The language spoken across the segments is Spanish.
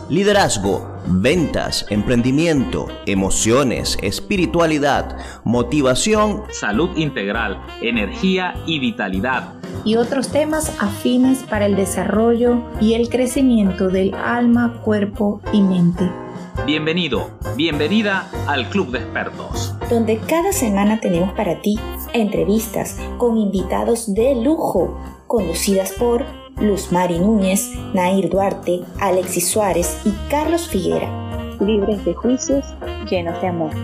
Liderazgo, ventas, emprendimiento, emociones, espiritualidad, motivación, salud integral, energía y vitalidad. Y otros temas afines para el desarrollo y el crecimiento del alma, cuerpo y mente. Bienvenido, bienvenida al Club de Expertos, donde cada semana tenemos para ti entrevistas con invitados de lujo, conducidas por Luz Mari Núñez, Nair Duarte, Alexis Suárez y Carlos Figuera. Libres de juicios, llenos de amor.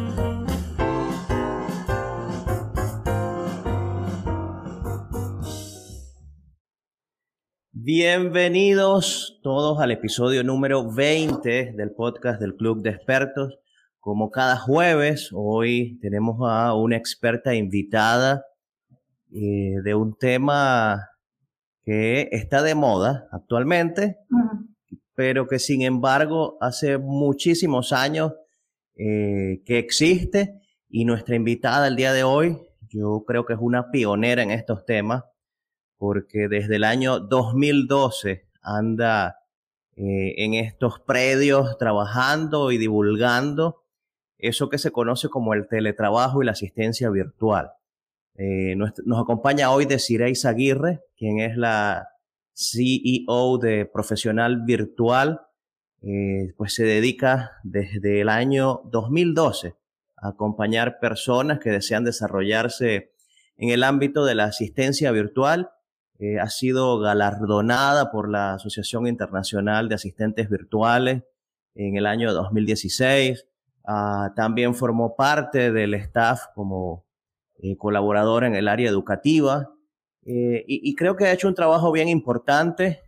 Bienvenidos todos al episodio número 20 del podcast del Club de Expertos. Como cada jueves, hoy tenemos a una experta invitada de un tema que está de moda actualmente, pero que sin embargo hace muchísimos años que existe, y nuestra invitada el día de hoy yo creo que es una pionera en estos temas, porque desde el año 2012 anda en estos predios trabajando y divulgando eso que se conoce como el teletrabajo y la asistencia virtual. Nos acompaña hoy Desiree Izaguirre, quien es la CEO de Profesional Virtual. Pues se dedica desde el año 2012 a acompañar personas que desean desarrollarse en el ámbito de la asistencia virtual. Ha sido galardonada por la Asociación Internacional de Asistentes Virtuales en el año 2016. También formó parte del staff como colaboradora en el área educativa, y creo que ha hecho un trabajo bien importante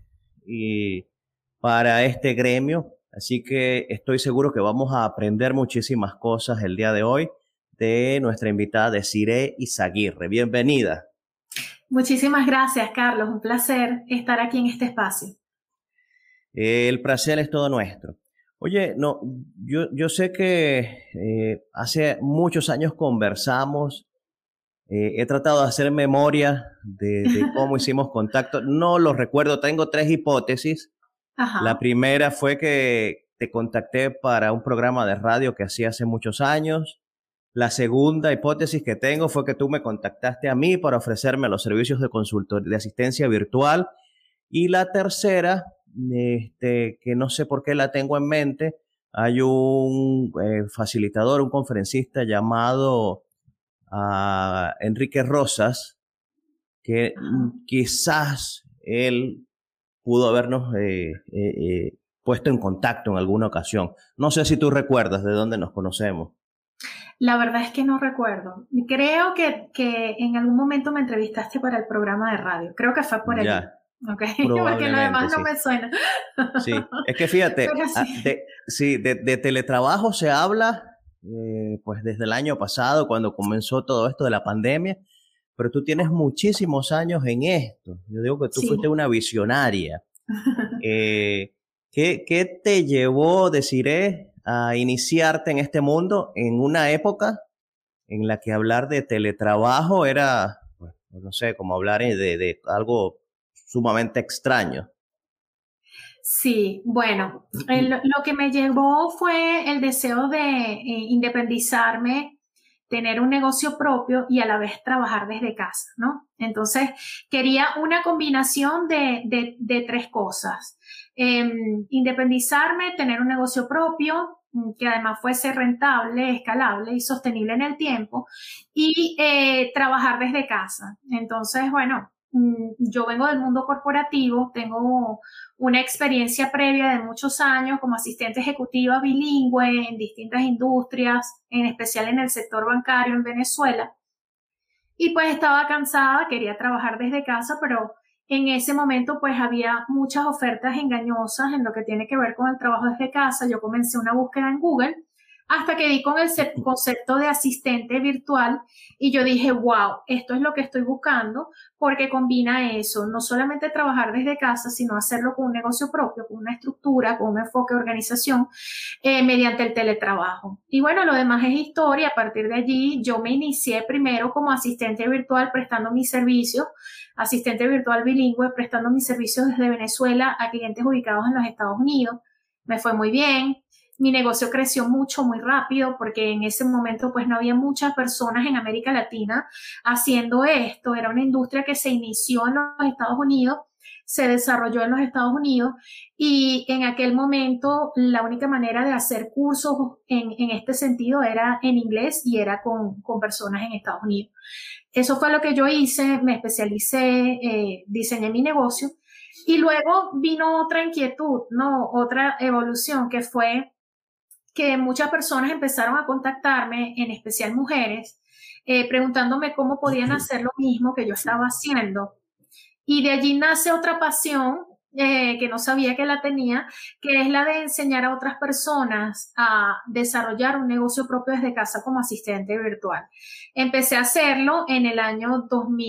para este gremio, así que estoy seguro que vamos a aprender muchísimas cosas el día de hoy de nuestra invitada Desiree Izaguirre. Bienvenida. Muchísimas gracias, Carlos. Un placer estar aquí en este espacio. El placer es todo nuestro. Oye, no, yo sé que hace muchos años conversamos. He tratado de hacer memoria de cómo hicimos contacto. No lo recuerdo, tengo 3 hipótesis. Ajá. La primera fue que te contacté para un programa de radio que hacía hace muchos años. La segunda hipótesis que tengo fue que tú me contactaste a mí para ofrecerme los servicios de consultoría, de asistencia virtual. Y la tercera, que no sé por qué la tengo en mente, hay un facilitador, un conferencista llamado Enrique Rosas, que quizás él pudo habernos puesto en contacto en alguna ocasión. No sé si tú recuerdas de dónde nos conocemos. La verdad es que no recuerdo. Creo que en algún momento me entrevistaste para el programa de radio. Creo que fue por allí. Okay. Porque lo demás no me suena. Sí, es que fíjate, de teletrabajo se habla pues desde el año pasado, cuando comenzó todo esto de la pandemia, pero tú tienes muchísimos años en esto. Yo digo que tú fuiste una visionaria. ¿Qué te llevó, Desiree, a iniciarte en este mundo en una época en la que hablar de teletrabajo era, pues, no sé, como hablar de algo sumamente extraño? Sí, bueno, lo que me llevó fue el deseo de independizarme, tener un negocio propio y a la vez trabajar desde casa, ¿no? Entonces, quería una combinación de 3 cosas. Independizarme, tener un negocio propio, que además fuese rentable, escalable y sostenible en el tiempo, y trabajar desde casa. Entonces, bueno, yo vengo del mundo corporativo, tengo una experiencia previa de muchos años como asistente ejecutiva bilingüe en distintas industrias, en especial en el sector bancario en Venezuela. Y pues estaba cansada, quería trabajar desde casa, pero en ese momento pues había muchas ofertas engañosas en lo que tiene que ver con el trabajo desde casa. Yo comencé una búsqueda en Google hasta que di con el concepto de asistente virtual y yo dije, wow, esto es lo que estoy buscando, porque combina eso, no solamente trabajar desde casa, sino hacerlo con un negocio propio, con una estructura, con un enfoque de organización, mediante el teletrabajo. Y bueno, lo demás es historia. A partir de allí yo me inicié primero como asistente virtual prestando mis servicios, asistente virtual bilingüe prestando mis servicios desde Venezuela a clientes ubicados en los Estados Unidos. me fue muy bien. Mi negocio creció mucho, muy rápido, porque en ese momento pues no había muchas personas en América Latina haciendo esto. Era una industria que se inició en los Estados Unidos, se desarrolló en los Estados Unidos y en aquel momento la única manera de hacer cursos en este sentido era en inglés y era con personas en Estados Unidos. Eso fue lo que yo hice, me especialicé, diseñé mi negocio y luego vino otra inquietud, ¿no? Otra evolución que fue que muchas personas empezaron a contactarme, en especial mujeres, preguntándome cómo podían hacer lo mismo que yo estaba haciendo. Y de allí nace otra pasión que no sabía que la tenía, que es la de enseñar a otras personas a desarrollar un negocio propio desde casa como asistente virtual. Empecé a hacerlo en el año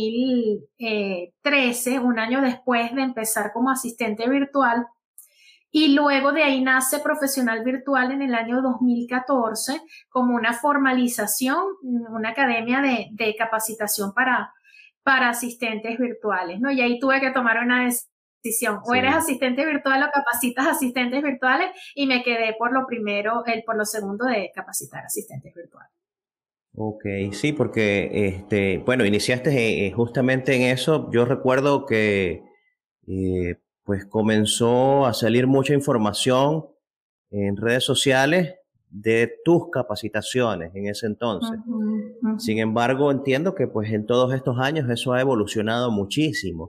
2013, un año después de empezar como asistente virtual. Y luego de ahí nace Profesional Virtual en el año 2014 como una formalización, una academia de capacitación para asistentes virtuales, ¿no? Y ahí tuve que tomar una decisión. O eres asistente virtual o capacitas asistentes virtuales y me quedé por lo primero, por lo segundo de capacitar asistentes virtuales. Ok, sí, porque, bueno, iniciaste justamente en eso. Yo recuerdo que pues comenzó a salir mucha información en redes sociales de tus capacitaciones en ese entonces. Sin embargo, entiendo que pues en todos estos años eso ha evolucionado muchísimo.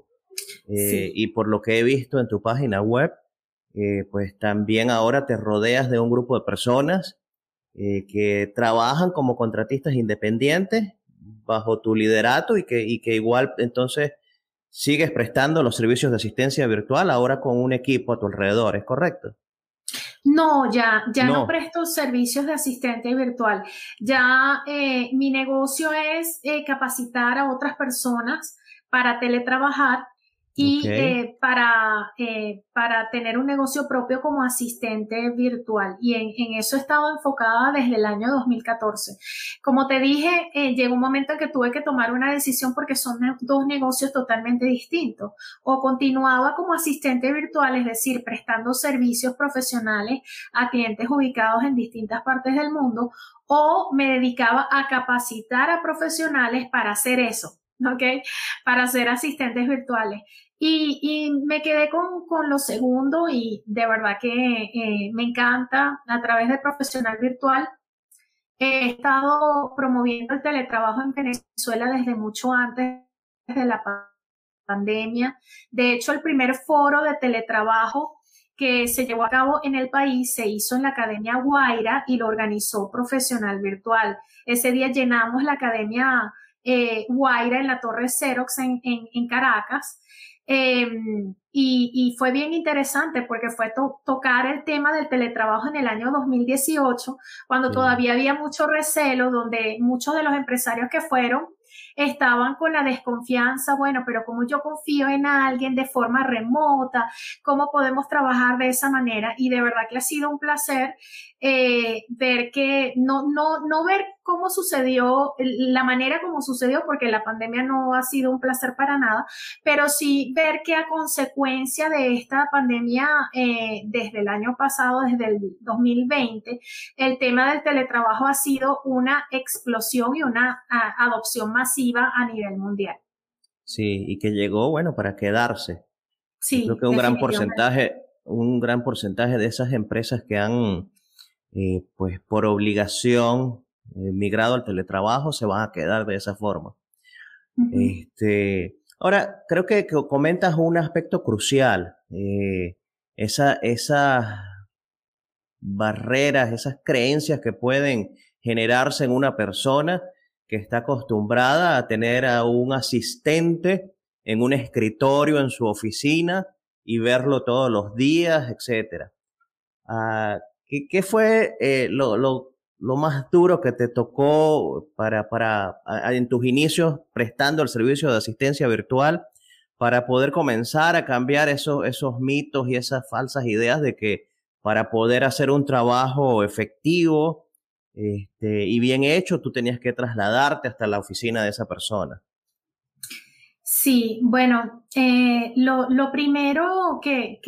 Y por lo que he visto en tu página web, pues también ahora te rodeas de un grupo de personas que trabajan como contratistas independientes bajo tu liderato y que igual entonces sigues prestando los servicios de asistencia virtual ahora con un equipo a tu alrededor, ¿es correcto? No, ya no presto servicios de asistente virtual. Ya mi negocio es capacitar a otras personas para teletrabajar y para tener un negocio propio como asistente virtual. Y en eso he estado enfocada desde el año 2014. Como te dije, llegó un momento en que tuve que tomar una decisión porque son dos negocios totalmente distintos. O continuaba como asistente virtual, es decir, prestando servicios profesionales a clientes ubicados en distintas partes del mundo, o me dedicaba a capacitar a profesionales para hacer eso, ¿ok? Para ser asistentes virtuales. Y me quedé con lo segundo y de verdad que me encanta. A través de Profesional Virtual he estado promoviendo el teletrabajo en Venezuela desde mucho antes de la pandemia. De hecho, el primer foro de teletrabajo que se llevó a cabo en el país se hizo en la Academia Guaira y lo organizó Profesional Virtual. Ese día llenamos la Academia Guaira en la Torre Xerox en Caracas. Y fue bien interesante porque fue tocar el tema del teletrabajo en el año 2018, cuando todavía había mucho recelo, donde muchos de los empresarios que fueron estaban con la desconfianza, bueno, pero como yo confío en alguien de forma remota, ¿cómo podemos trabajar de esa manera? Y de verdad que ha sido un placer ver que no ver cómo sucedió, la manera como sucedió, porque la pandemia no ha sido un placer para nada, pero sí ver que a consecuencia de esta pandemia desde el año pasado, desde el 2020, el tema del teletrabajo ha sido una explosión y una adopción masiva a nivel mundial. Sí, y que llegó, bueno, para quedarse. Sí, creo que un gran porcentaje de esas empresas que han, pues por obligación, migrado al teletrabajo, se van a quedar de esa forma. Ahora, creo que comentas un aspecto crucial, esas barreras, esas creencias que pueden generarse en una persona que está acostumbrada a tener a un asistente en un escritorio en su oficina y verlo todos los días, etc. ¿Qué fue lo más duro que te tocó en tus inicios prestando el servicio de asistencia virtual para poder comenzar a cambiar esos mitos y esas falsas ideas de que para poder hacer un trabajo efectivo y bien hecho, tú tenías que trasladarte hasta la oficina de esa persona? Sí, bueno, lo primero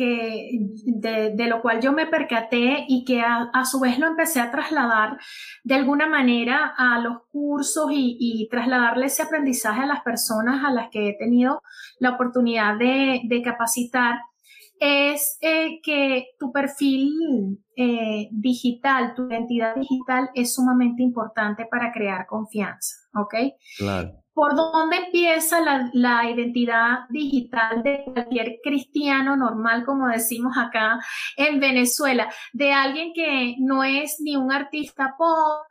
de lo cual yo me percaté y que a su vez lo empecé a trasladar de alguna manera a los cursos y trasladarle ese aprendizaje a las personas a las que he tenido la oportunidad de capacitar, es que tu perfil digital, tu identidad digital es sumamente importante para crear confianza, ¿ok? Claro. ¿Por dónde empieza la identidad digital de cualquier cristiano normal, como decimos acá en Venezuela? De alguien que no es ni un artista pop,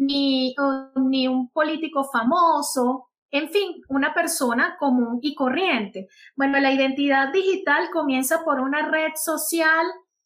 ni un político famoso, en fin, una persona común y corriente. Bueno, la identidad digital comienza por una red social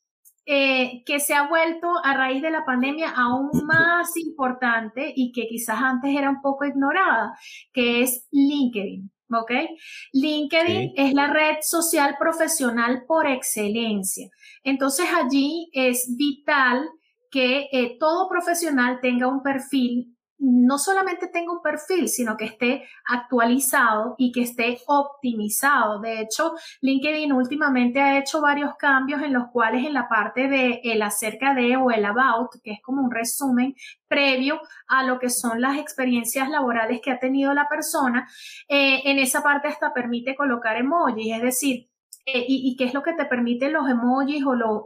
que se ha vuelto a raíz de la pandemia aún más importante y que quizás antes era un poco ignorada, que es LinkedIn. ¿Ok? LinkedIn Sí. es la red social profesional por excelencia. Entonces allí es vital que todo profesional tenga un perfil, no solamente tenga un perfil, sino que esté actualizado y que esté optimizado. De hecho, LinkedIn últimamente ha hecho varios cambios en los cuales en la parte de el acerca de o el about, que es como un resumen previo a lo que son las experiencias laborales que ha tenido la persona, en esa parte hasta permite colocar emojis, es decir, y qué es lo que te permiten los emojis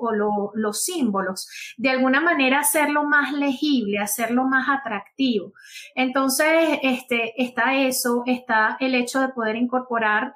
los símbolos, de alguna manera hacerlo más legible, hacerlo más atractivo. Entonces, está eso, está el hecho de poder incorporar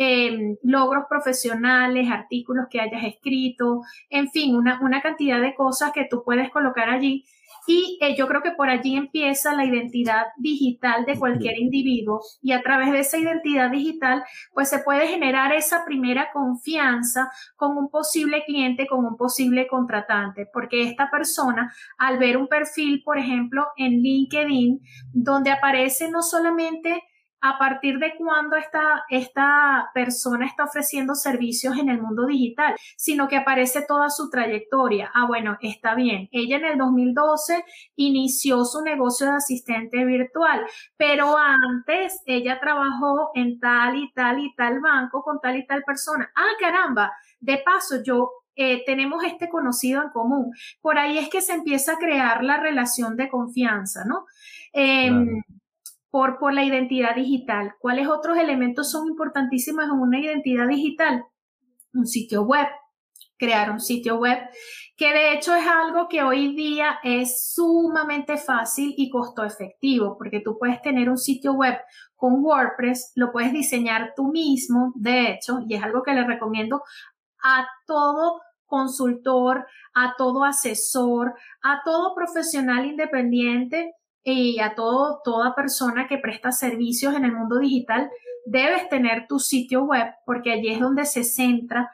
logros profesionales, artículos que hayas escrito, en fin, una cantidad de cosas que tú puedes colocar allí. Y yo creo que por allí empieza la identidad digital de cualquier individuo y a través de esa identidad digital pues se puede generar esa primera confianza con un posible cliente, con un posible contratante, porque esta persona al ver un perfil, por ejemplo, en LinkedIn, donde aparece no solamente a partir de cuándo esta persona está ofreciendo servicios en el mundo digital, sino que aparece toda su trayectoria. Ah, bueno, está bien. Ella en el 2012 inició su negocio de asistente virtual, pero antes ella trabajó en tal y tal y tal banco con tal y tal persona. Ah, caramba, de paso tenemos este conocido en común. Por ahí es que se empieza a crear la relación de confianza, ¿no? Eh, Claro. por la identidad digital. ¿Cuáles otros elementos son importantísimos en una identidad digital? Un sitio web, crear un sitio web, que de hecho es algo que hoy día es sumamente fácil y costo efectivo, porque tú puedes tener un sitio web con WordPress, lo puedes diseñar tú mismo, de hecho, y es algo que le recomiendo a todo consultor, a todo asesor, a todo profesional independiente y a toda persona que presta servicios en el mundo digital. Debes tener tu sitio web porque allí es donde se centra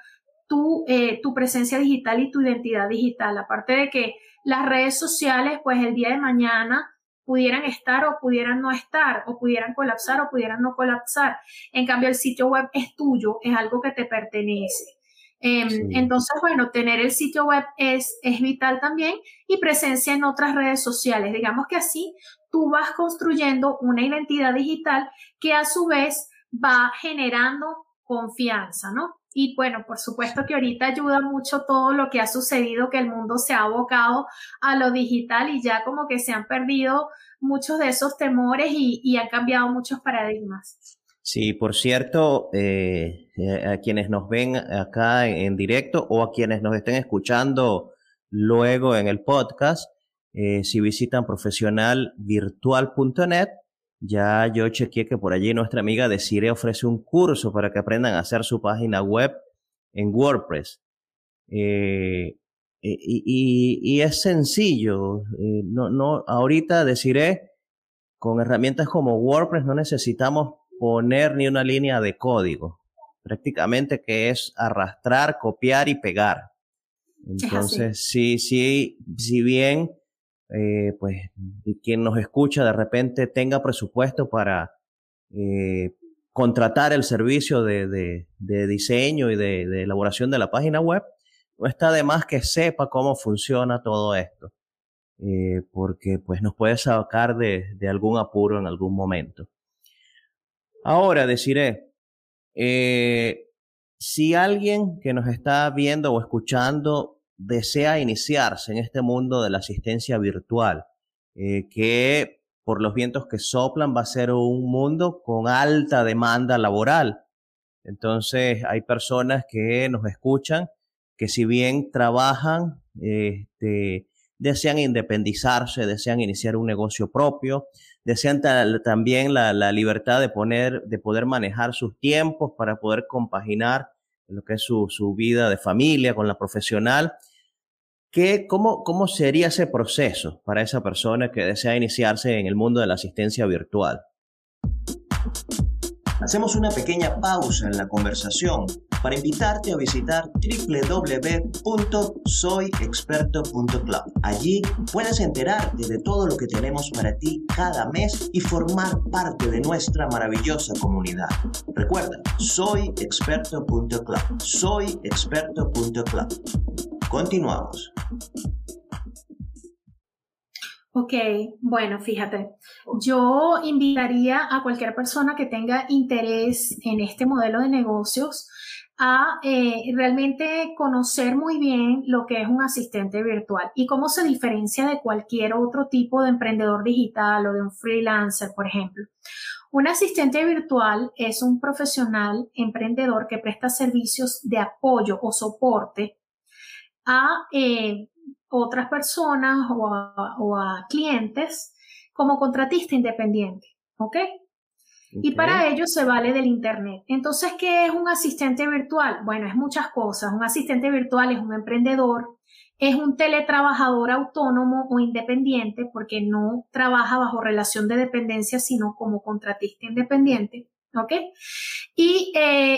tu presencia digital y tu identidad digital. Aparte de que las redes sociales, pues el día de mañana pudieran estar o pudieran no estar, o pudieran colapsar o pudieran no colapsar. En cambio, el sitio web es tuyo, es algo que te pertenece. Sí. Entonces, bueno, tener el sitio web es vital también y presencia en otras redes sociales. Digamos que así tú vas construyendo una identidad digital que a su vez va generando confianza, ¿no? Y bueno, por supuesto que ahorita ayuda mucho todo lo que ha sucedido, que el mundo se ha abocado a lo digital y ya como que se han perdido muchos de esos temores y han cambiado muchos paradigmas. Sí, por cierto, a quienes nos ven acá en directo o a quienes nos estén escuchando luego en el podcast, si visitan profesionalvirtual.net, ya yo chequeé que por allí nuestra amiga Desiree ofrece un curso para que aprendan a hacer su página web en WordPress. Y es sencillo. Ahorita Desiree, con herramientas como WordPress no necesitamos poner ni una línea de código. Prácticamente que es arrastrar, copiar y pegar. Es así. Entonces, sí, sí, si bien, pues, quien nos escucha de repente tenga presupuesto para contratar el servicio de diseño y de elaboración de la página web, no está de más que sepa cómo funciona todo esto. Porque pues nos puede sacar de algún apuro en algún momento. Ahora deciré, Si alguien que nos está viendo o escuchando desea iniciarse en este mundo de la asistencia virtual, que por los vientos que soplan va a ser un mundo con alta demanda laboral. Entonces hay personas que nos escuchan que si bien trabajan, desean independizarse, desean iniciar un negocio propio, desean también la libertad de poder manejar sus tiempos para poder compaginar lo que es su vida de familia con la profesional. ¿Cómo sería ese proceso para esa persona que desea iniciarse en el mundo de la asistencia virtual? Hacemos una pequeña pausa en la conversación para invitarte a visitar www.soyexperto.club. Allí puedes enterarte de todo lo que tenemos para ti cada mes y formar parte de nuestra maravillosa comunidad. Recuerda, soyexperto.club. Soyexperto.club. Continuamos. Ok, bueno, fíjate, yo invitaría a cualquier persona que tenga interés en este modelo de negocios a realmente conocer muy bien lo que es un asistente virtual y cómo se diferencia de cualquier otro tipo de emprendedor digital o de un freelancer, por ejemplo. Un asistente virtual es un profesional emprendedor que presta servicios de apoyo o soporte a otras personas o a clientes como contratista independiente, ¿ok? Y para ello se vale del Internet. Entonces, ¿qué es un asistente virtual? Bueno, es muchas cosas. Un asistente virtual es un emprendedor, es un teletrabajador autónomo o independiente porque no trabaja bajo relación de dependencia, sino como contratista independiente, ¿ok? Y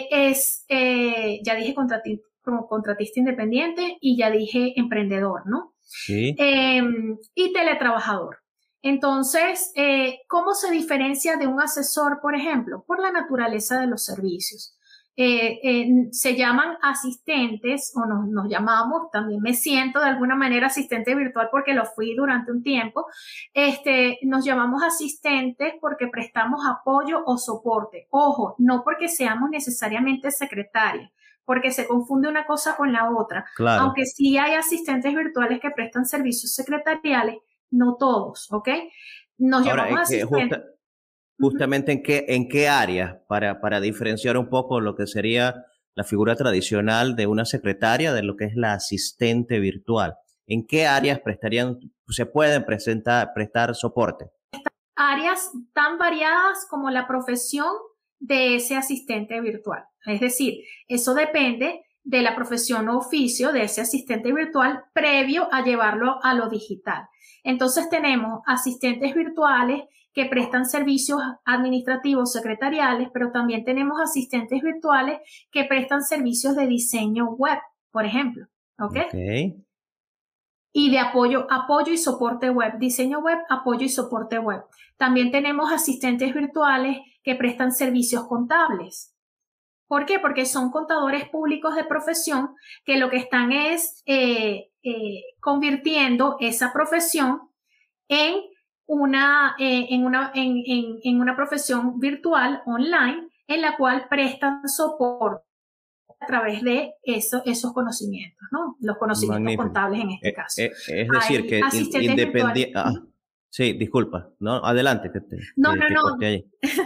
ya dije como contratista independiente y ya dije emprendedor, ¿no? Sí. Y teletrabajador. Entonces, ¿cómo se diferencia de un asesor, por ejemplo? Por la naturaleza de los servicios. Se llaman asistentes o nos llamamos, también me siento de alguna manera asistente virtual porque lo fui durante un tiempo. Nos llamamos asistentes porque prestamos apoyo o soporte. Ojo, no porque seamos necesariamente secretarias, porque se confunde una cosa con la otra. Claro. Aunque sí hay asistentes virtuales que prestan servicios secretariales, no todos, ¿ok? Nos llamamos asistentes. Justamente en qué áreas, para diferenciar un poco lo que sería la figura tradicional de una secretaria de lo que es la asistente virtual. ¿En qué áreas se pueden prestar soporte? Áreas tan variadas como la profesión de ese asistente virtual. Es decir, eso depende de la profesión o oficio de ese asistente virtual previo a llevarlo a lo digital. Entonces tenemos asistentes virtuales que prestan servicios administrativos secretariales, pero también tenemos asistentes virtuales que prestan servicios de diseño web, por ejemplo, ¿ok? Y de apoyo y soporte web, diseño web, apoyo y soporte web. También tenemos asistentes virtuales que prestan servicios contables. ¿Por qué? Porque son contadores públicos de profesión que lo que están es convirtiendo esa profesión en una profesión virtual online en la cual prestan soporte a través de esos conocimientos, ¿no? Los conocimientos Magnífico. Contables en este caso. Es decir, que independiente. Sí, disculpa, no, adelante. No, qué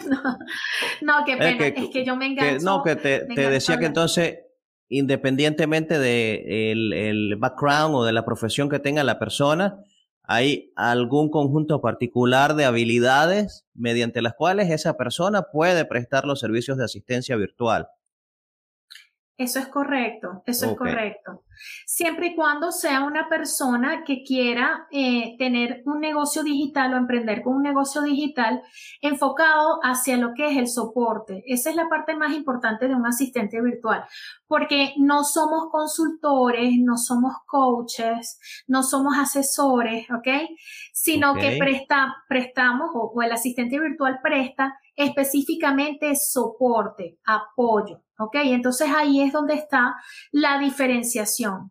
pena, es que yo me engancho. Te decía que entonces, independientemente de el background o de la profesión que tenga la persona, hay algún conjunto particular de habilidades mediante las cuales esa persona puede prestar los servicios de asistencia virtual. Eso es correcto, eso es correcto. Siempre y cuando sea una persona que quiera tener un negocio digital o emprender con un negocio digital enfocado hacia lo que es el soporte. Esa es la parte más importante de un asistente virtual, porque no somos consultores, no somos coaches, no somos asesores, ¿ok? Sino que prestamos o el asistente virtual presta específicamente soporte, apoyo. ¿Ok? Entonces ahí es donde está la diferenciación.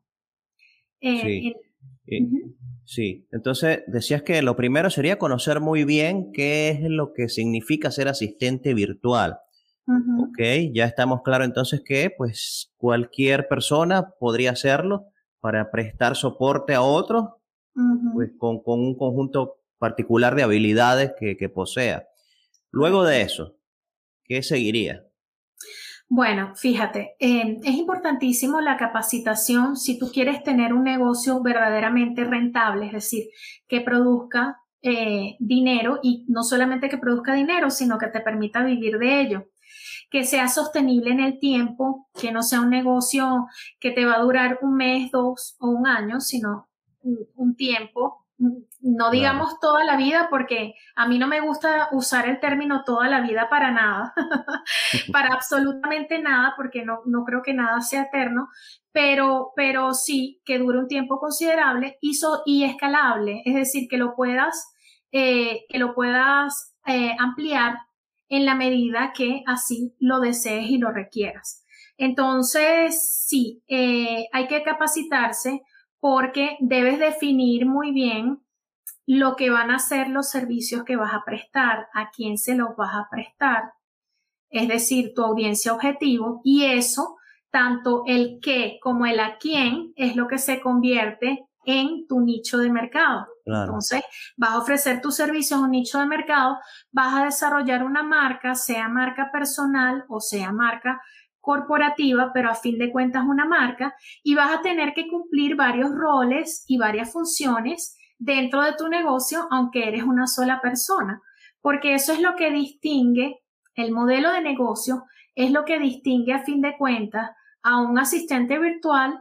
Sí, entonces decías que lo primero sería conocer muy bien qué es lo que significa ser asistente virtual. Ok, ya estamos claros entonces que pues cualquier persona podría hacerlo para prestar soporte a otros, pues con un conjunto particular de habilidades que posea. Luego de eso, ¿qué seguiría? Bueno, fíjate, es importantísimo la capacitación si tú quieres tener un negocio verdaderamente rentable, es decir, que produzca dinero y no solamente que produzca dinero, sino que te permita vivir de ello, que sea sostenible en el tiempo, que no sea un negocio que te va a durar un mes, 2 o un año, sino un tiempo, no Claro. digamos toda la vida, porque a mí no me gusta usar el término toda la vida para nada, para absolutamente nada, porque no creo que nada sea eterno, pero sí que dure un tiempo considerable y escalable, es decir, que lo puedas ampliar en la medida que así lo desees y lo requieras. Entonces, sí, hay que capacitarse porque debes definir muy bien lo que van a ser los servicios que vas a prestar, a quién se los vas a prestar, es decir, tu audiencia objetivo, y eso, tanto el qué como el a quién, es lo que se convierte en tu nicho de mercado. Claro. Entonces, vas a ofrecer tus servicios a un nicho de mercado, vas a desarrollar una marca, sea marca personal o sea marca corporativa, pero a fin de cuentas una marca, y vas a tener que cumplir varios roles y varias funciones dentro de tu negocio, aunque eres una sola persona, porque eso es lo que distingue el modelo de negocio, es lo que distingue a fin de cuentas a un asistente virtual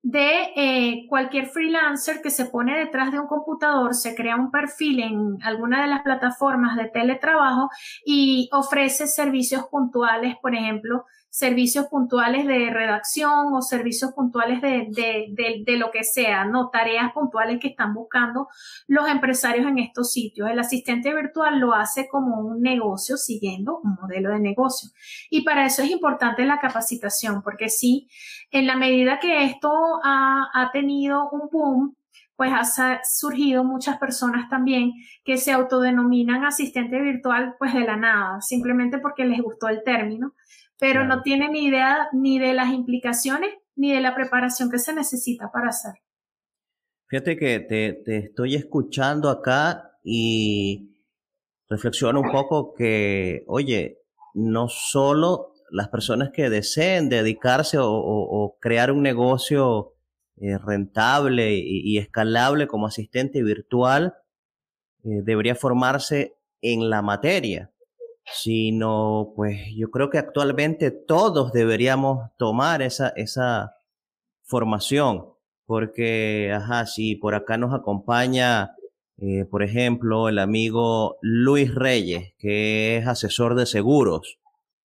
de cualquier freelancer que se pone detrás de un computador, se crea un perfil en alguna de las plataformas de teletrabajo y ofrece servicios puntuales, por ejemplo, servicios puntuales de redacción o servicios puntuales de lo que sea, ¿no? Tareas puntuales que están buscando los empresarios en estos sitios. El asistente virtual lo hace como un negocio siguiendo un modelo de negocio. Y para eso es importante la capacitación, porque sí, en la medida que esto ha tenido un boom, pues ha surgido muchas personas también que se autodenominan asistente virtual pues de la nada, simplemente porque les gustó el término, pero Claro. no tienen ni idea ni de las implicaciones ni de la preparación que se necesita para hacer. Fíjate que te estoy escuchando acá y reflexiono un poco que, oye, no solo las personas que deseen dedicarse o crear un negocio rentable y escalable como asistente virtual, debería formarse en la materia, sino pues yo creo que actualmente todos deberíamos tomar esa formación, porque, ajá, si por acá nos acompaña, por ejemplo, el amigo Luis Reyes, que es asesor de seguros,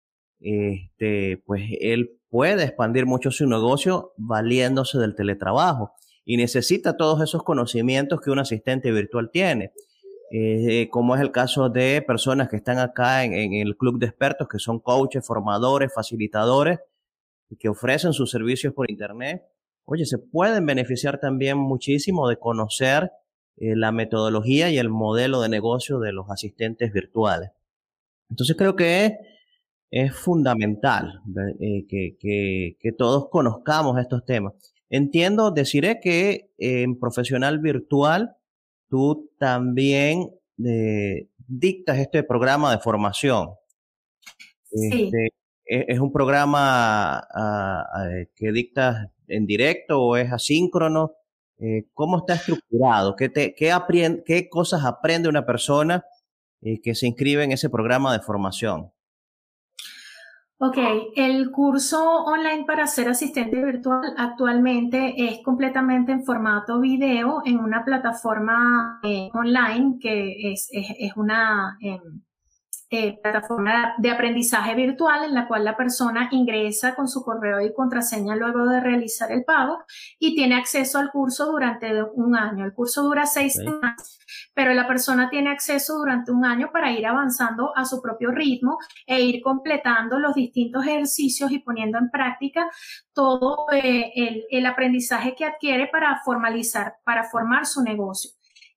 pues él puede expandir mucho su negocio valiéndose del teletrabajo y necesita todos esos conocimientos que un asistente virtual tiene. Como es el caso de personas que están acá en el club de expertos, que son coaches, formadores, facilitadores, que ofrecen sus servicios por internet. Oye, se pueden beneficiar también muchísimo de conocer la metodología y el modelo de negocio de los asistentes virtuales. Entonces creo que es fundamental que todos conozcamos estos temas. Entiendo, deciré que en profesional virtual tú también dictas este programa de formación. Sí. ¿Es un programa que dictas en directo o es asíncrono? ¿Cómo está estructurado? ¿Qué cosas aprende una persona que se inscribe en ese programa de formación? Ok, el curso online para ser asistente virtual actualmente es completamente en formato video en una plataforma online que es una plataforma de aprendizaje virtual en la cual la persona ingresa con su correo y contraseña luego de realizar el pago y tiene acceso al curso durante un año. El curso dura 6 semanas, pero la persona tiene acceso durante un año para ir avanzando a su propio ritmo e ir completando los distintos ejercicios y poniendo en práctica todo el aprendizaje que adquiere para formar su negocio.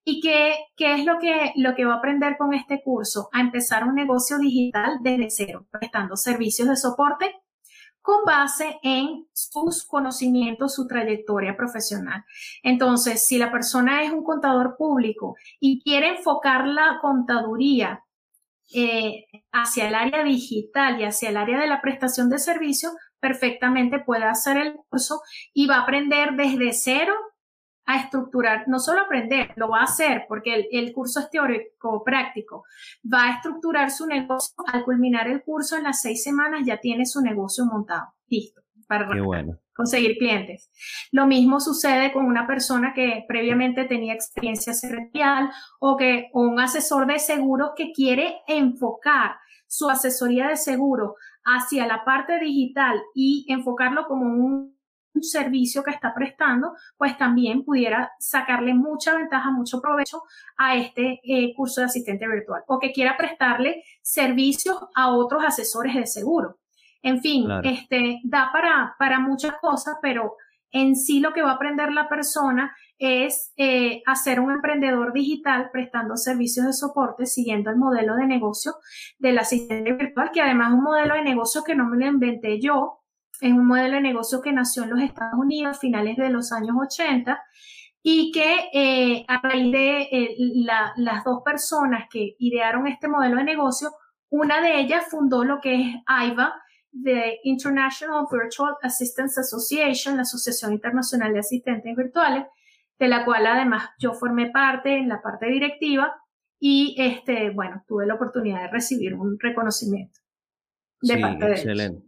¿Y qué es lo que va a aprender con este curso? A empezar un negocio digital desde cero, prestando servicios de soporte con base en sus conocimientos, su trayectoria profesional. Entonces, si la persona es un contador público y quiere enfocar la contaduría hacia el área digital y hacia el área de la prestación de servicios, perfectamente puede hacer el curso y va a aprender desde cero a estructurar, no solo aprender, lo va a hacer porque el curso es teórico, práctico, va a estructurar su negocio. Al culminar el curso en las 6 semanas ya tiene su negocio montado, listo, para conseguir clientes. Lo mismo sucede con una persona que previamente tenía experiencia secretarial o un asesor de seguros que quiere enfocar su asesoría de seguros hacia la parte digital y enfocarlo como un servicio que está prestando, pues también pudiera sacarle mucha ventaja, mucho provecho a este curso de asistente virtual, o que quiera prestarle servicios a otros asesores de seguro. En fin, claro, da para muchas cosas, pero en sí lo que va a aprender la persona es a ser un emprendedor digital prestando servicios de soporte siguiendo el modelo de negocio del asistente virtual, que además es un modelo de negocio que no me lo inventé yo. Es un modelo de negocio que nació en los Estados Unidos a finales de los años 80 y que a raíz de las dos personas que idearon este modelo de negocio, una de ellas fundó lo que es AIVA, the International Virtual Assistance Association, la Asociación Internacional de Asistentes Virtuales, de la cual además yo formé parte en la parte directiva y bueno, tuve la oportunidad de recibir un reconocimiento de parte de ellos. Excelente.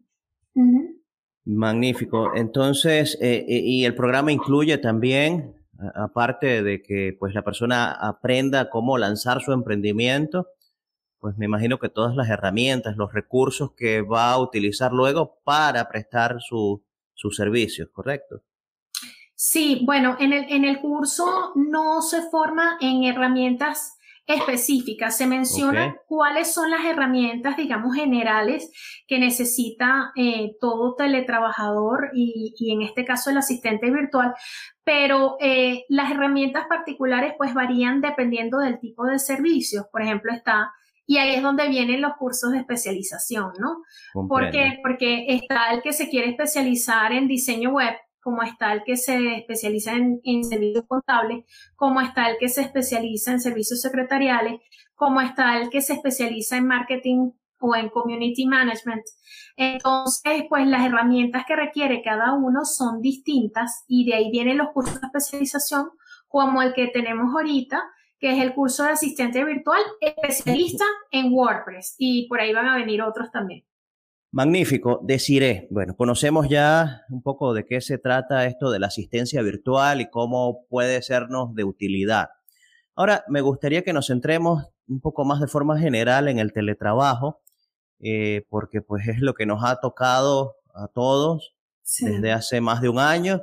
Magnífico. Entonces, y el programa incluye también, aparte de que pues la persona aprenda cómo lanzar su emprendimiento, pues me imagino que todas las herramientas, los recursos que va a utilizar luego para prestar sus servicios, ¿correcto? Sí, bueno, en el curso no se forma en herramientas específicas, se menciona cuáles son las herramientas, digamos, generales que necesita todo teletrabajador y en este caso el asistente virtual, pero las herramientas particulares pues varían dependiendo del tipo de servicios. Por ejemplo, y ahí es donde vienen los cursos de especialización, ¿no? ¿Por qué? Porque está el que se quiere especializar en diseño web, como está el que se especializa en servicios contables, como está el que se especializa en servicios secretariales, como está el que se especializa en marketing o en community management. Entonces, pues las herramientas que requiere cada uno son distintas y de ahí vienen los cursos de especialización, como el que tenemos ahorita, que es el curso de asistente virtual especialista en WordPress, y por ahí van a venir otros también. Magnífico. Desiree, bueno, conocemos ya un poco de qué se trata esto de la asistencia virtual y cómo puede sernos de utilidad. Ahora, me gustaría que nos centremos un poco más de forma general en el teletrabajo, porque pues es lo que nos ha tocado a todos desde hace más de un año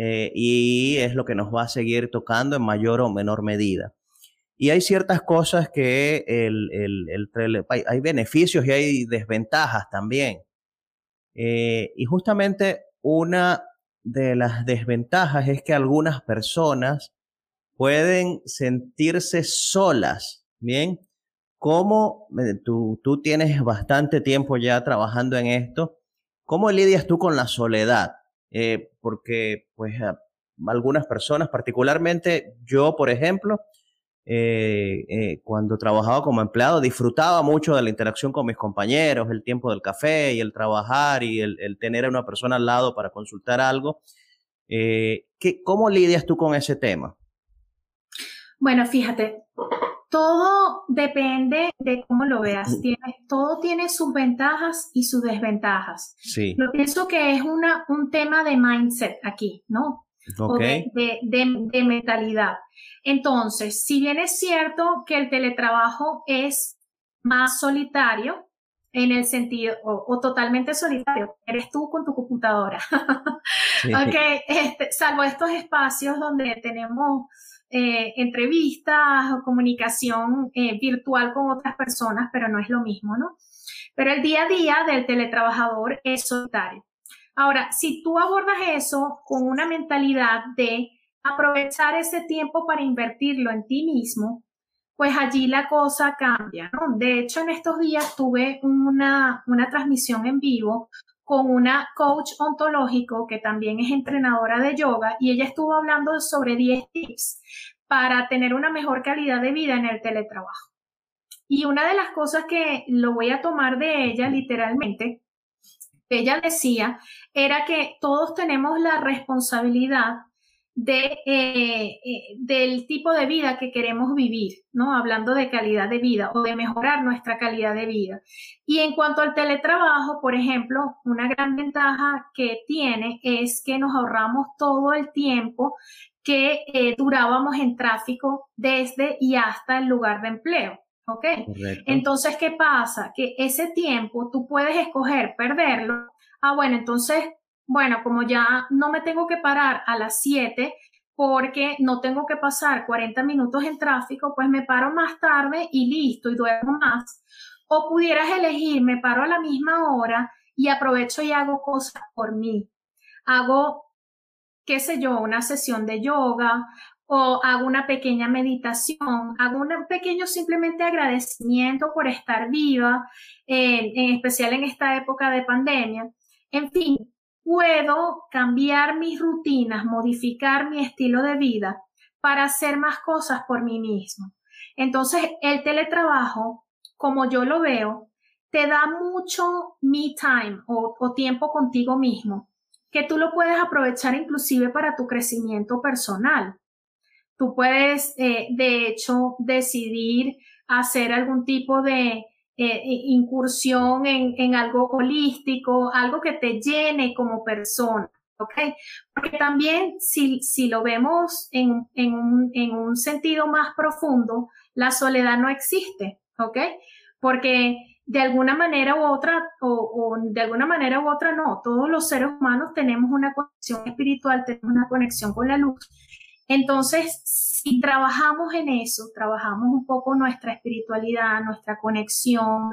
y es lo que nos va a seguir tocando en mayor o menor medida. Y hay ciertas cosas que hay beneficios y hay desventajas también. Y justamente una de las desventajas es que algunas personas pueden sentirse solas, ¿bien? ¿Cómo tú tienes bastante tiempo ya trabajando en esto? ¿Cómo lidias tú con la soledad? Porque pues algunas personas, particularmente yo, por ejemplo, cuando trabajaba como empleado, disfrutaba mucho de la interacción con mis compañeros, el tiempo del café y el trabajar y el tener a una persona al lado para consultar algo. ¿Cómo lidias tú con ese tema? Bueno, fíjate, todo depende de cómo lo veas. Todo tiene sus ventajas y sus desventajas. Sí. Yo pienso que es un tema de mindset aquí, ¿no? Okay. De mentalidad. Entonces, si bien es cierto que el teletrabajo es más solitario, en el sentido, o totalmente solitario, eres tú con tu computadora. Sí. Salvo estos espacios donde tenemos entrevistas o comunicación virtual con otras personas, pero no es lo mismo, ¿no? Pero el día a día del teletrabajador es solitario. Ahora, si tú abordas eso con una mentalidad de aprovechar ese tiempo para invertirlo en ti mismo, pues allí la cosa cambia, ¿no? De hecho, en estos días tuve una transmisión en vivo con una coach ontológico que también es entrenadora de yoga y ella estuvo hablando sobre 10 tips para tener una mejor calidad de vida en el teletrabajo. Y una de las cosas que lo voy a tomar de ella literalmente, ella decía, era que todos tenemos la responsabilidad del tipo de vida que queremos vivir, ¿no? Hablando de calidad de vida o de mejorar nuestra calidad de vida. Y en cuanto al teletrabajo, por ejemplo, una gran ventaja que tiene es que nos ahorramos todo el tiempo que durábamos en tráfico desde y hasta el lugar de empleo. ¿Ok? Correcto. Entonces, ¿qué pasa? Que ese tiempo tú puedes escoger perderlo. Bueno, entonces, bueno, como ya no me tengo que parar a las 7 porque no tengo que pasar 40 minutos en tráfico, pues me paro más tarde y listo, y duermo más. O pudieras elegir, me paro a la misma hora y aprovecho y hago cosas por mí. Hago, qué sé yo, una sesión de yoga, o hago una pequeña meditación, hago un pequeño simplemente agradecimiento por estar viva, en especial en esta época de pandemia. En fin, puedo cambiar mis rutinas, modificar mi estilo de vida para hacer más cosas por mí mismo. Entonces, el teletrabajo, como yo lo veo, te da mucho me time o tiempo contigo mismo, que tú lo puedes aprovechar inclusive para tu crecimiento personal. Tú puedes, de hecho, decidir hacer algún tipo de incursión en algo holístico, algo que te llene como persona, ¿ok? Porque también, si lo vemos en un sentido más profundo, la soledad no existe, ¿ok? Porque de alguna manera u otra, o de alguna manera u otra no, todos los seres humanos tenemos una conexión espiritual, tenemos una conexión con la luz. Entonces, si trabajamos en eso, trabajamos un poco nuestra espiritualidad, nuestra conexión,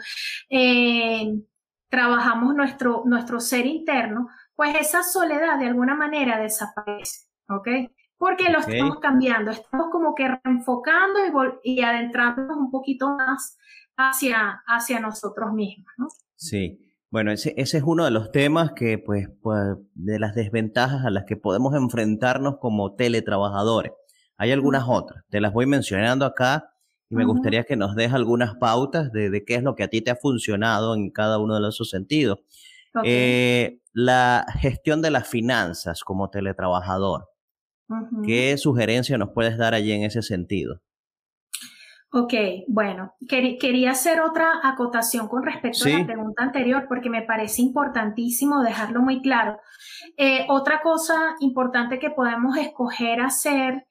trabajamos nuestro ser interno, pues esa soledad de alguna manera desaparece, ¿ok? Porque lo estamos cambiando, estamos como que reenfocando y adentrándonos un poquito más hacia nosotros mismos, ¿no? Sí. Bueno, ese es uno de los temas que, pues, de las desventajas a las que podemos enfrentarnos como teletrabajadores. Hay algunas otras, te las voy mencionando acá y me gustaría que nos des algunas pautas de qué es lo que a ti te ha funcionado en cada uno de esos sentidos. Okay. La gestión de las finanzas como teletrabajador. ¿Qué sugerencia nos puedes dar allí en ese sentido? Ok, bueno, quería hacer otra acotación con respecto a la pregunta anterior porque me parece importantísimo dejarlo muy claro. Otra cosa importante que podemos escoger hacer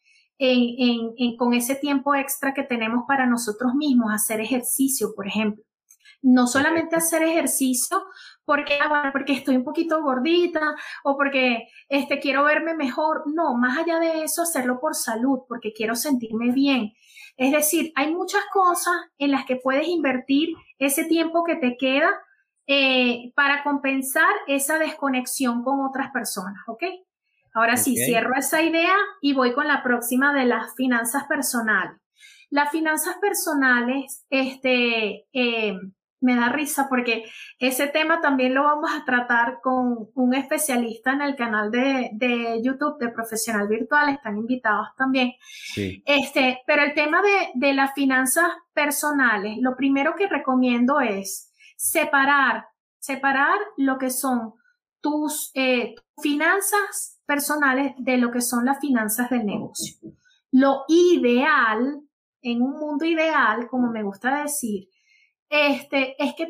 con ese tiempo extra que tenemos para nosotros mismos, hacer ejercicio, por ejemplo. No solamente hacer ejercicio porque estoy un poquito gordita o porque quiero verme mejor. No, más allá de eso, hacerlo por salud, porque quiero sentirme bien. Es decir, hay muchas cosas en las que puedes invertir ese tiempo que te queda para compensar esa desconexión con otras personas, ¿ok? Ahora sí, cierro esa idea y voy con la próxima de las finanzas personales. Las finanzas personales, me da risa porque ese tema también lo vamos a tratar con un especialista en el canal de YouTube de Profesional Virtual, están invitados también. Sí. Pero el tema de las finanzas personales, lo primero que recomiendo es separar lo que son tus finanzas personales de lo que son las finanzas del negocio. Lo ideal, en un mundo ideal, como me gusta decir, es que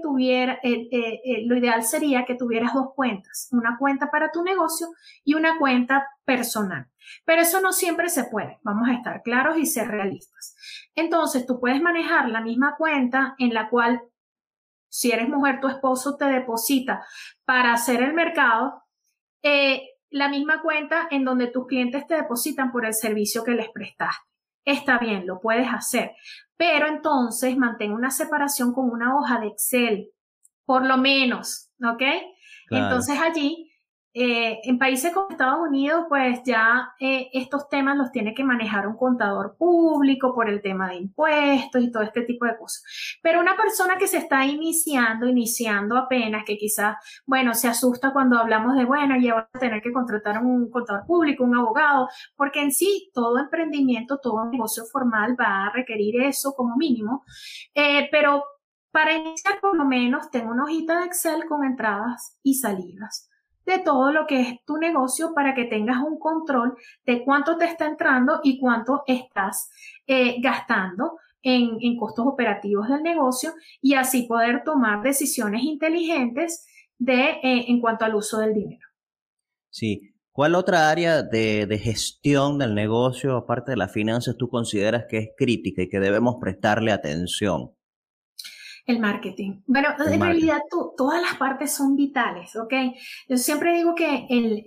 lo ideal sería que tuvieras dos cuentas, una cuenta para tu negocio y una cuenta personal. Pero eso no siempre se puede, vamos a estar claros y ser realistas. Entonces, tú puedes manejar la misma cuenta en la cual, si eres mujer, tu esposo te deposita para hacer el mercado, la misma cuenta en donde tus clientes te depositan por el servicio que les prestaste. Está bien, lo puedes hacer, pero entonces mantén una separación con una hoja de Excel, por lo menos, ¿ok? Claro. Entonces allí En países como Estados Unidos, pues ya estos temas los tiene que manejar un contador público por el tema de impuestos y todo este tipo de cosas. Pero una persona que se está iniciando apenas, que quizás, bueno, se asusta cuando hablamos de, bueno, ya va a tener que contratar un contador público, un abogado, porque en sí todo emprendimiento, todo negocio formal va a requerir eso como mínimo, pero para iniciar por lo menos tengo una hojita de Excel con entradas y salidas de todo lo que es tu negocio para que tengas un control de cuánto te está entrando y cuánto estás gastando en costos operativos del negocio y así poder tomar decisiones inteligentes en cuanto al uso del dinero. Sí. ¿Cuál otra área de gestión del negocio, aparte de las finanzas, tú consideras que es crítica y que debemos prestarle atención? El marketing. Bueno, en realidad todas las partes son vitales, ¿ok? Yo siempre digo que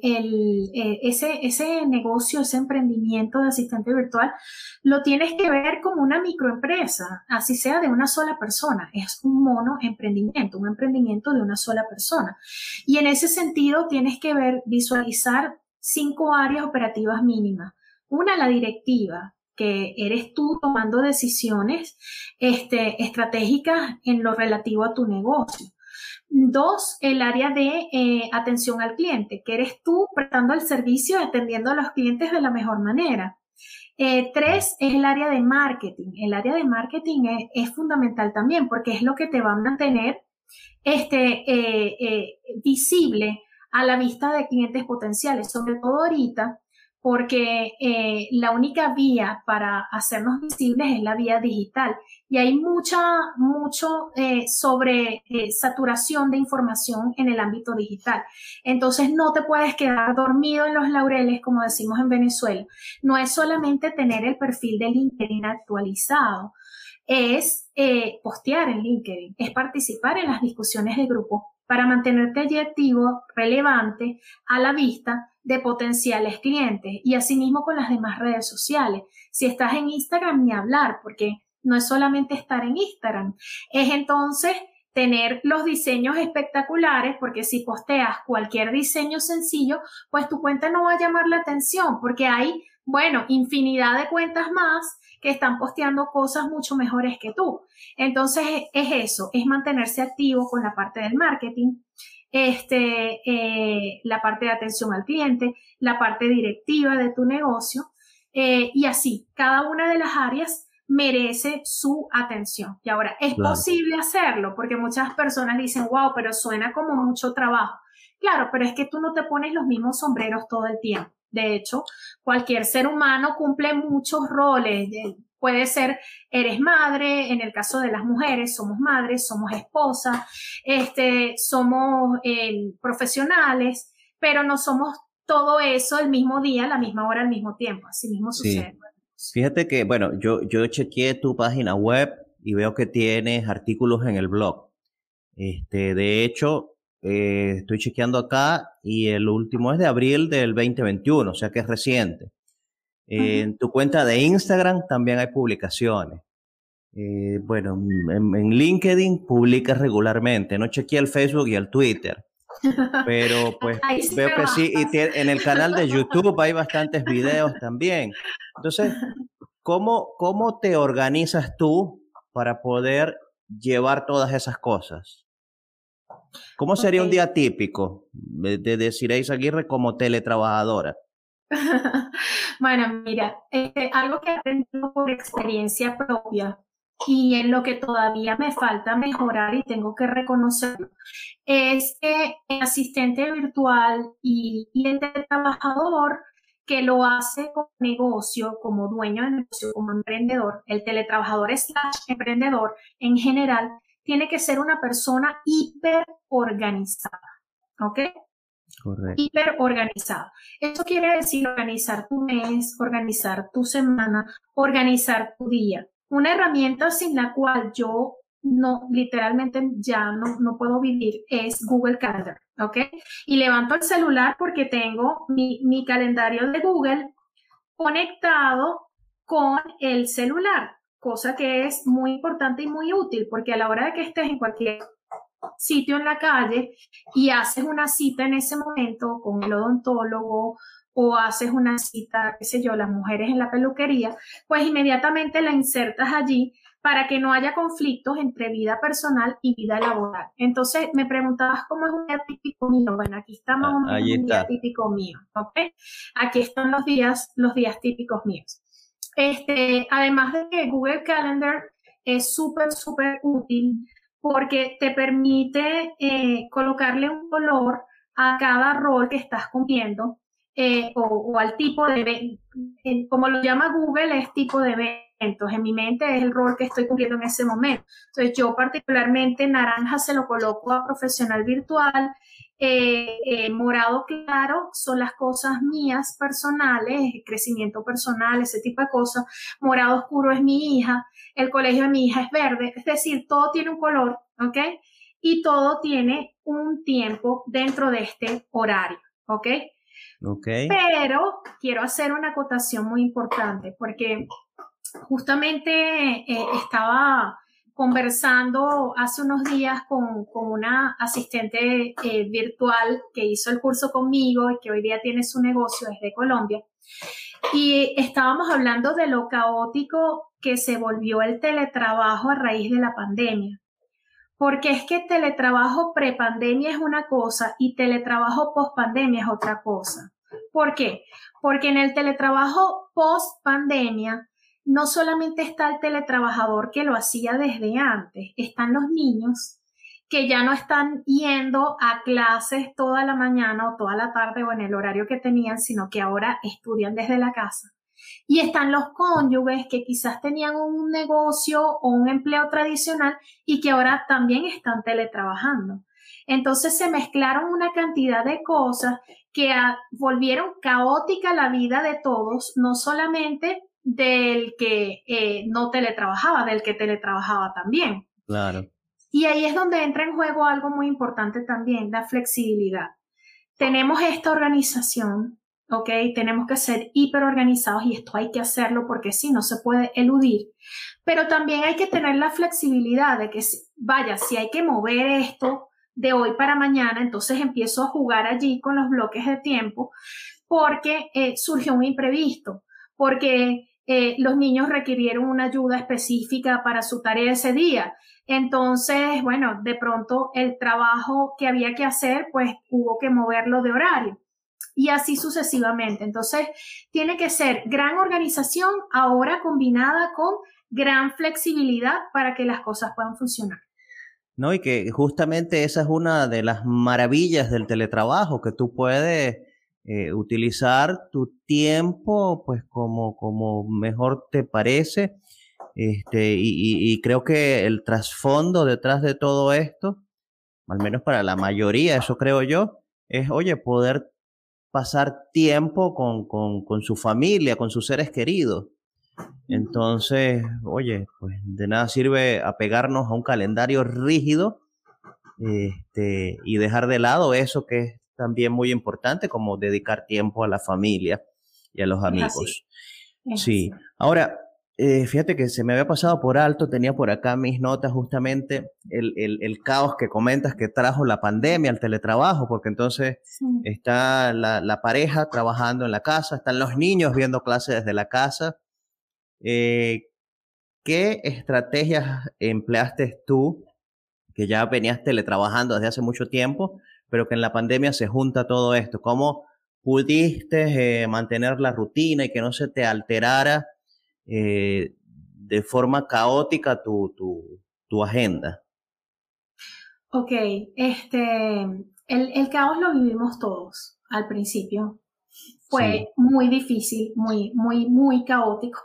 ese negocio, ese emprendimiento de asistente virtual, lo tienes que ver como una microempresa, así sea de una sola persona. Es un monoemprendimiento, un emprendimiento de una sola persona. Y en ese sentido tienes que visualizar 5 áreas operativas mínimas. Una, la directiva, que eres tú tomando decisiones estratégicas en lo relativo a tu negocio. 2, el área de atención al cliente, que eres tú prestando el servicio, atendiendo a los clientes de la mejor manera. 3, es el área de marketing. El área de marketing es fundamental también porque es lo que te va a mantener visible a la vista de clientes potenciales, sobre todo ahorita, porque la única vía para hacernos visibles es la vía digital y hay mucho saturación de información en el ámbito digital. Entonces no te puedes quedar dormido en los laureles, como decimos en Venezuela. No es solamente tener el perfil de LinkedIn actualizado, es postear en LinkedIn, es participar en las discusiones de grupo para mantenerte allí activo, relevante, a la vista de potenciales clientes y asimismo con las demás redes sociales. Si estás en Instagram, ni hablar, porque no es solamente estar en Instagram, es entonces tener los diseños espectaculares, porque si posteas cualquier diseño sencillo, pues tu cuenta no va a llamar la atención, porque hay, bueno, infinidad de cuentas más que están posteando cosas mucho mejores que tú. Entonces es eso, es mantenerse activo con la parte del marketing, la parte de atención al cliente, la parte directiva de tu negocio, y así, cada una de las áreas merece su atención. Y ahora, ¿es posible hacerlo? Porque muchas personas dicen, wow, pero suena como mucho trabajo. Claro, pero es que tú no te pones los mismos sombreros todo el tiempo. De hecho, cualquier ser humano cumple muchos roles. Puede ser, eres madre, en el caso de las mujeres, somos madres, somos esposas, somos profesionales, pero no somos todo eso el mismo día, a la misma hora, al mismo tiempo. Así mismo sucede. Fíjate que, bueno, yo chequeé tu página web y veo que tienes artículos en el blog. De hecho, estoy chequeando acá y el último es de abril del 2021, o sea que es reciente. En tu cuenta de Instagram también hay publicaciones. Bueno, en LinkedIn publicas regularmente. No chequeé el Facebook y el Twitter. Pero pues veo que sí. Y en el canal de YouTube hay bastantes videos también. Entonces, ¿cómo te organizas tú para poder llevar todas esas cosas? ¿Cómo sería un día típico de Cireis Aguirre como teletrabajadora? Bueno, mira, algo que he aprendido por experiencia propia y en lo que todavía me falta mejorar y tengo que reconocerlo, es que el asistente virtual y el teletrabajador que lo hace como negocio, como dueño de negocio, como emprendedor, el teletrabajador / emprendedor en general, tiene que ser una persona hiper organizada, ¿ok? Correcto. Hiper organizado. Eso quiere decir organizar tu mes, organizar tu semana, organizar tu día. Una herramienta sin la cual yo literalmente ya no puedo vivir es Google Calendar, ¿ok? Y levanto el celular porque tengo mi calendario de Google conectado con el celular, cosa que es muy importante y muy útil porque a la hora de que estés en cualquier sitio en la calle y haces una cita en ese momento con el odontólogo o haces una cita, qué sé yo, las mujeres en la peluquería, pues inmediatamente la insertas allí para que no haya conflictos entre vida personal y vida laboral. Entonces, me preguntabas cómo es un día típico mío. Bueno, aquí está más o menos Allí un día está. típico mío, ¿ok? Aquí están los días típicos míos. Además de que Google Calendar es súper, súper útil porque te permite colocarle un color a cada rol que estás cumpliendo o al tipo de, como lo llama Google, es tipo de eventos. En mi mente es el rol que estoy cumpliendo en ese momento. Entonces yo particularmente naranja se lo coloco a profesional virtual, morado claro son las cosas mías personales, crecimiento personal, ese tipo de cosas. Morado oscuro es mi hija, el colegio de mi hija es verde, es decir, todo tiene un color, ¿ok? Y todo tiene un tiempo dentro de este horario, ¿ok? Ok. Pero quiero hacer una acotación muy importante porque justamente estaba conversando hace unos días con una asistente virtual que hizo el curso conmigo y que hoy día tiene su negocio desde Colombia. Y estábamos hablando de lo caótico que se volvió el teletrabajo a raíz de la pandemia. Porque es que teletrabajo prepandemia es una cosa y teletrabajo pospandemia es otra cosa. ¿Por qué? Porque en el teletrabajo pospandemia no solamente está el teletrabajador que lo hacía desde antes, están los niños que ya no están yendo a clases toda la mañana o toda la tarde o en el horario que tenían, sino que ahora estudian desde la casa. Y están los cónyuges que quizás tenían un negocio o un empleo tradicional y que ahora también están teletrabajando. Entonces se mezclaron una cantidad de cosas que volvieron caótica la vida de todos, no solamente del que no teletrabajaba, del que teletrabajaba también. Claro. Y ahí es donde entra en juego algo muy importante también, la flexibilidad. Tenemos esta organización, ¿ok? Tenemos que ser hiperorganizados y esto hay que hacerlo porque sí, no se puede eludir. Pero también hay que tener la flexibilidad de que, vaya, si hay que mover esto de hoy para mañana, entonces empiezo a jugar allí con los bloques de tiempo porque surgió un imprevisto, porque los niños requirieron una ayuda específica para su tarea ese día. Entonces, bueno, de pronto el trabajo que había que hacer, pues hubo que moverlo de horario y así sucesivamente. Entonces, tiene que ser gran organización ahora combinada con gran flexibilidad para que las cosas puedan funcionar. No, y que justamente esa es una de las maravillas del teletrabajo, que tú puedes utilizar tu tiempo pues como mejor te parece. Y creo que el trasfondo detrás de todo esto, al menos para la mayoría, eso creo yo, es, oye, poder pasar tiempo con su familia, con sus seres queridos. Entonces, oye, pues de nada sirve apegarnos a un calendario rígido y dejar de lado eso que es también muy importante, como dedicar tiempo a la familia y a los amigos. Sí, ahora, fíjate que se me había pasado por alto, tenía por acá mis notas justamente el caos que comentas que trajo la pandemia al teletrabajo, porque entonces está la pareja trabajando en la casa, están los niños viendo clases desde la casa. ¿Qué estrategias empleaste tú, que ya venías teletrabajando desde hace mucho tiempo, pero que en la pandemia se junta todo esto? ¿Cómo pudiste mantener la rutina y que no se te alterara de forma caótica tu agenda? Ok, el caos lo vivimos todos al principio. Fue muy difícil, muy caótico.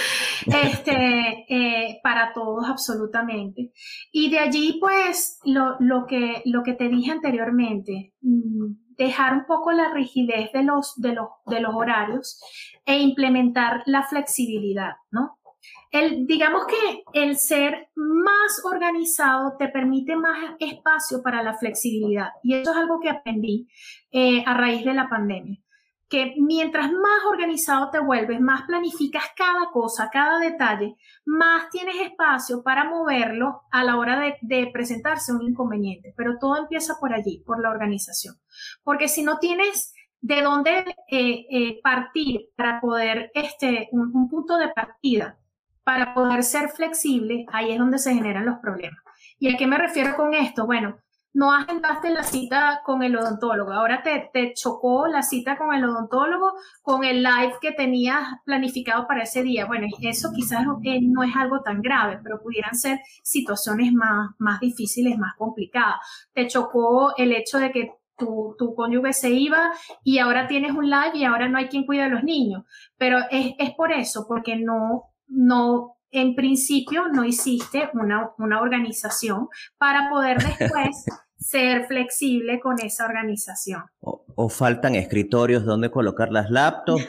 Para todos absolutamente. Y de allí, pues, lo que te dije anteriormente, dejar un poco la rigidez de los horarios e implementar la flexibilidad, ¿no? Digamos que el ser más organizado te permite más espacio para la flexibilidad y eso es algo que aprendí a raíz de la pandemia. que mientras más organizado te vuelves, más planificas cada cosa, cada detalle, más tienes espacio para moverlo a la hora de presentarse un inconveniente. Pero todo empieza por allí, por la organización. Porque si no tienes de dónde partir para poder, un punto de partida, para poder ser flexible, ahí es donde se generan los problemas. ¿Y a qué me refiero con esto? Bueno, no agendaste la cita con el odontólogo, ahora te chocó la cita con el odontólogo con el live que tenías planificado para ese día. Bueno, eso quizás no es algo tan grave, pero pudieran ser situaciones más difíciles, más complicadas. Te chocó el hecho de que tu cónyuge se iba y ahora tienes un live y ahora no hay quien cuide a los niños. Pero es por eso, porque no, en principio no hiciste una organización para poder después ser flexible con esa organización. O faltan escritorios donde colocar las laptops,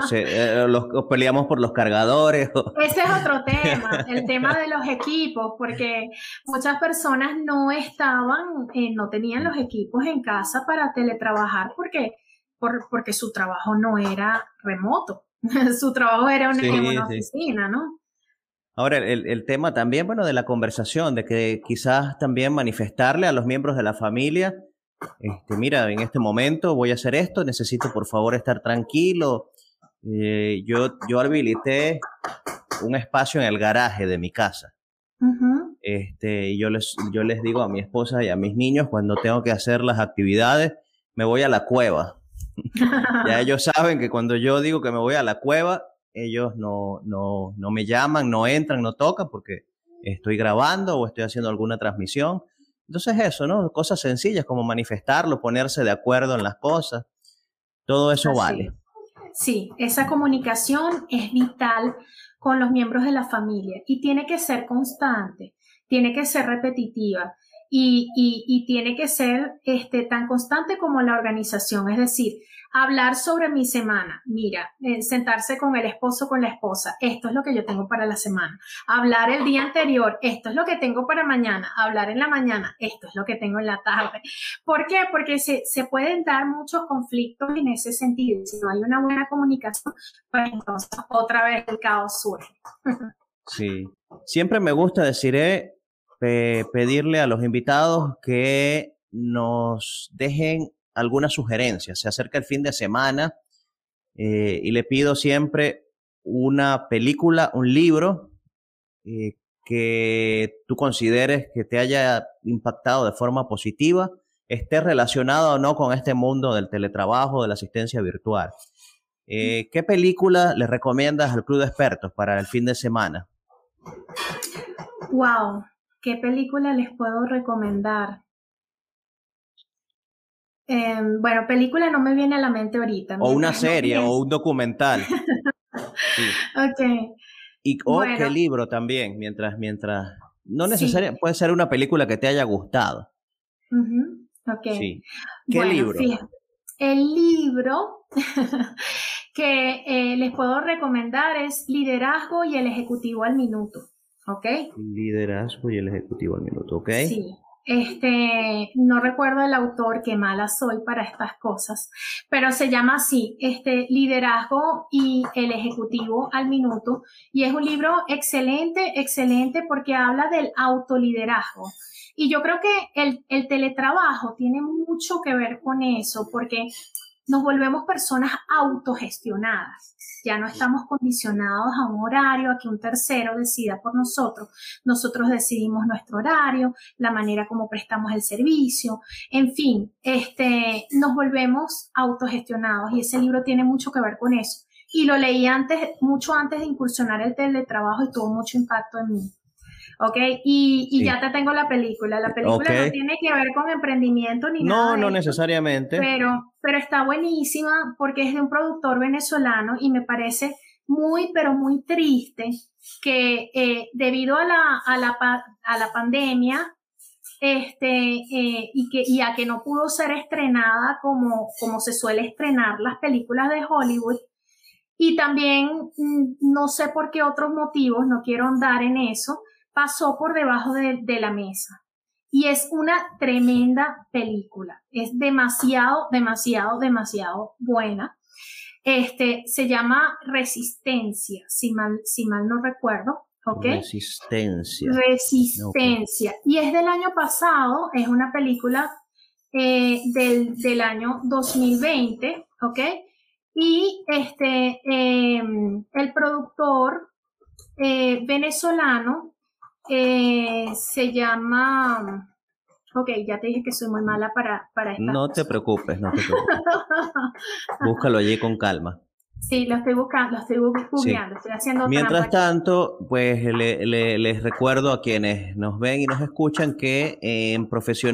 o peleamos por los cargadores. Ese es otro tema, el tema de los equipos, porque muchas personas no tenían los equipos en casa para teletrabajar porque su trabajo no era remoto, su trabajo era en una oficina, ¿no? Ahora, el tema también, bueno, de la conversación, de que quizás también manifestarle a los miembros de la familia, mira, en este momento voy a hacer esto, necesito por favor estar tranquilo. Yo habilité un espacio en el garaje de mi casa. Uh-huh. Y yo les digo a mi esposa y a mis niños, cuando tengo que hacer las actividades, me voy a la cueva. Ya ellos saben que cuando yo digo que me voy a la cueva, ellos no me llaman, no entran, no tocan porque estoy grabando o estoy haciendo alguna transmisión. Entonces eso, ¿no? Cosas sencillas como manifestarlo, ponerse de acuerdo en las cosas. Todo eso vale. Sí, esa comunicación es vital con los miembros de la familia y tiene que ser constante, tiene que ser repetitiva y tiene que ser tan constante como la organización. Es decir, hablar sobre mi semana, mira, sentarse con el esposo, con la esposa, esto es lo que yo tengo para la semana. Hablar el día anterior, esto es lo que tengo para mañana. Hablar en la mañana, esto es lo que tengo en la tarde. ¿Por qué? Porque se pueden dar muchos conflictos en ese sentido. Si no hay una buena comunicación, pues entonces otra vez el caos surge. Sí, siempre me gusta decir, pedirle a los invitados que nos dejen alguna sugerencia. Se acerca el fin de semana y le pido siempre una película, un libro que tú consideres que te haya impactado de forma positiva, esté relacionado o no con este mundo del teletrabajo, de la asistencia virtual. ¿Qué película le recomiendas al Club de Expertos para el fin de semana? Wow, ¿qué película les puedo recomendar? Bueno, película no me viene a la mente ahorita. O una serie o un documental. Sí. Ok. Bueno, qué libro también, mientras no necesariamente, puede ser una película que te haya gustado. Uh-huh. Ok. Sí. ¿Qué libro? Fíjate, el libro que les puedo recomendar es Liderazgo y el Ejecutivo al Minuto. ¿Ok? Liderazgo y el Ejecutivo al Minuto, ¿ok? Sí. No recuerdo el autor, qué mala soy para estas cosas, pero se llama así, Liderazgo y el Ejecutivo al Minuto, y es un libro excelente porque habla del autoliderazgo. Y yo creo que el teletrabajo tiene mucho que ver con eso, porque nos volvemos personas autogestionadas. Ya no estamos condicionados a un horario, a que un tercero decida por nosotros. Nosotros decidimos nuestro horario, la manera como prestamos el servicio. En fin, nos volvemos autogestionados y ese libro tiene mucho que ver con eso. Y lo leí mucho antes de incursionar el teletrabajo y tuvo mucho impacto en mí. ¿Ok? Y sí, ya te tengo la película. La película no tiene que ver con emprendimiento ni nada. No necesariamente. Pero está buenísima porque es de un productor venezolano y me parece muy, pero muy triste que debido a la pandemia y a que no pudo ser estrenada como se suele estrenar las películas de Hollywood, y también no sé por qué otros motivos, no quiero andar en eso, pasó por debajo de la mesa. Y es una tremenda película. Es demasiado, demasiado, demasiado buena. Se llama Resistencia, si mal no recuerdo. ¿Okay? Resistencia. Okay. Y es del año pasado, es una película del año 2020, ¿ok? Y el productor venezolano se llama... Ok, ya te dije que soy muy mala para esta No te preocupes. Búscalo allí con calma. Sí, lo estoy buscando, lo estoy googleando, sí. Estoy haciendo Mientras tanto, pues les recuerdo a quienes nos ven y nos escuchan que en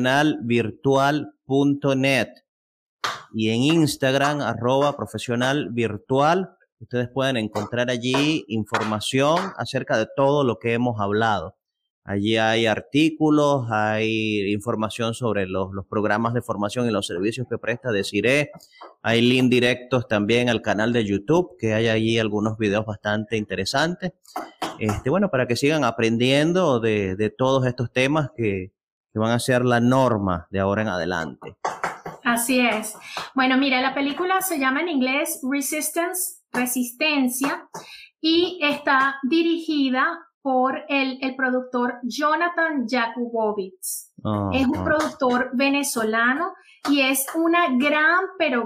profesionalvirtual.net y en Instagram, @profesionalvirtual, ustedes pueden encontrar allí información acerca de todo lo que hemos hablado. Allí hay artículos, hay información sobre los programas de formación y los servicios que presta Desiree. Hay link directos también al canal de YouTube, que hay allí algunos videos bastante interesantes. Para que sigan aprendiendo de todos estos temas que van a ser la norma de ahora en adelante. Así es. Bueno, mira, la película se llama en inglés Resistencia, y está dirigida por el productor Jonathan Jakubowicz. Es un productor venezolano y es una gran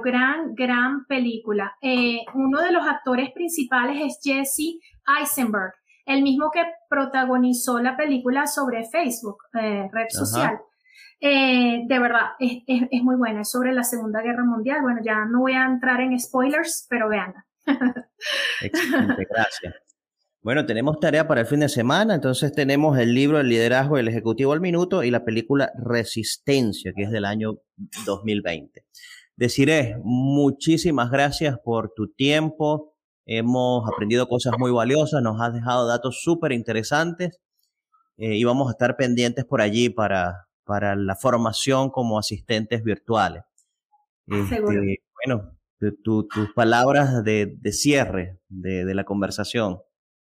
película. Uno de los actores principales es Jesse Eisenberg, el mismo que protagonizó la película sobre Facebook, red social. De verdad, es muy buena, es sobre la Segunda Guerra Mundial. Bueno, ya no voy a entrar en spoilers, pero véanla. Excelente, gracias. Bueno, tenemos tarea para el fin de semana, entonces tenemos el libro El liderazgo del ejecutivo al minuto y la película Resistencia, que es del año 2020. Desiree, muchísimas gracias por tu tiempo, hemos aprendido cosas muy valiosas, nos has dejado datos súper interesantes y vamos a estar pendientes por allí para la formación como asistentes virtuales. Seguro. Bueno, tus palabras de cierre de la conversación.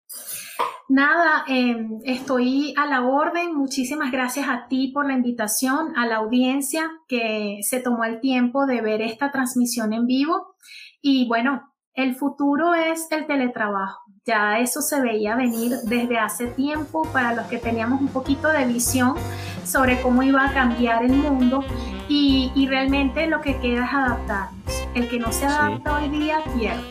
Nada, estoy a la orden. Muchísimas gracias a ti por la invitación, a la audiencia que se tomó el tiempo de ver esta transmisión en vivo. Y bueno, el futuro es el teletrabajo. Ya eso se veía venir desde hace tiempo para los que teníamos un poquito de visión sobre cómo iba a cambiar el mundo, y realmente lo que queda es adaptarnos. El que no se adapta hoy día pierde.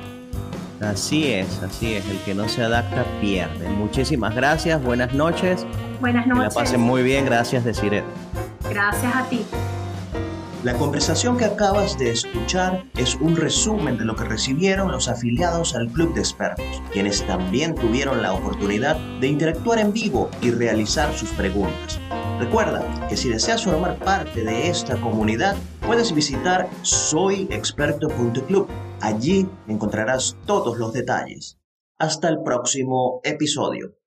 Así es, el que no se adapta pierde. Muchísimas gracias, buenas noches. Buenas noches. Que la pasen muy bien, gracias Desiree. Gracias a ti. La conversación que acabas de escuchar es un resumen de lo que recibieron los afiliados al Club de Expertos, quienes también tuvieron la oportunidad de interactuar en vivo y realizar sus preguntas. Recuerda que si deseas formar parte de esta comunidad, puedes visitar soyexperto.club. Allí encontrarás todos los detalles. Hasta el próximo episodio.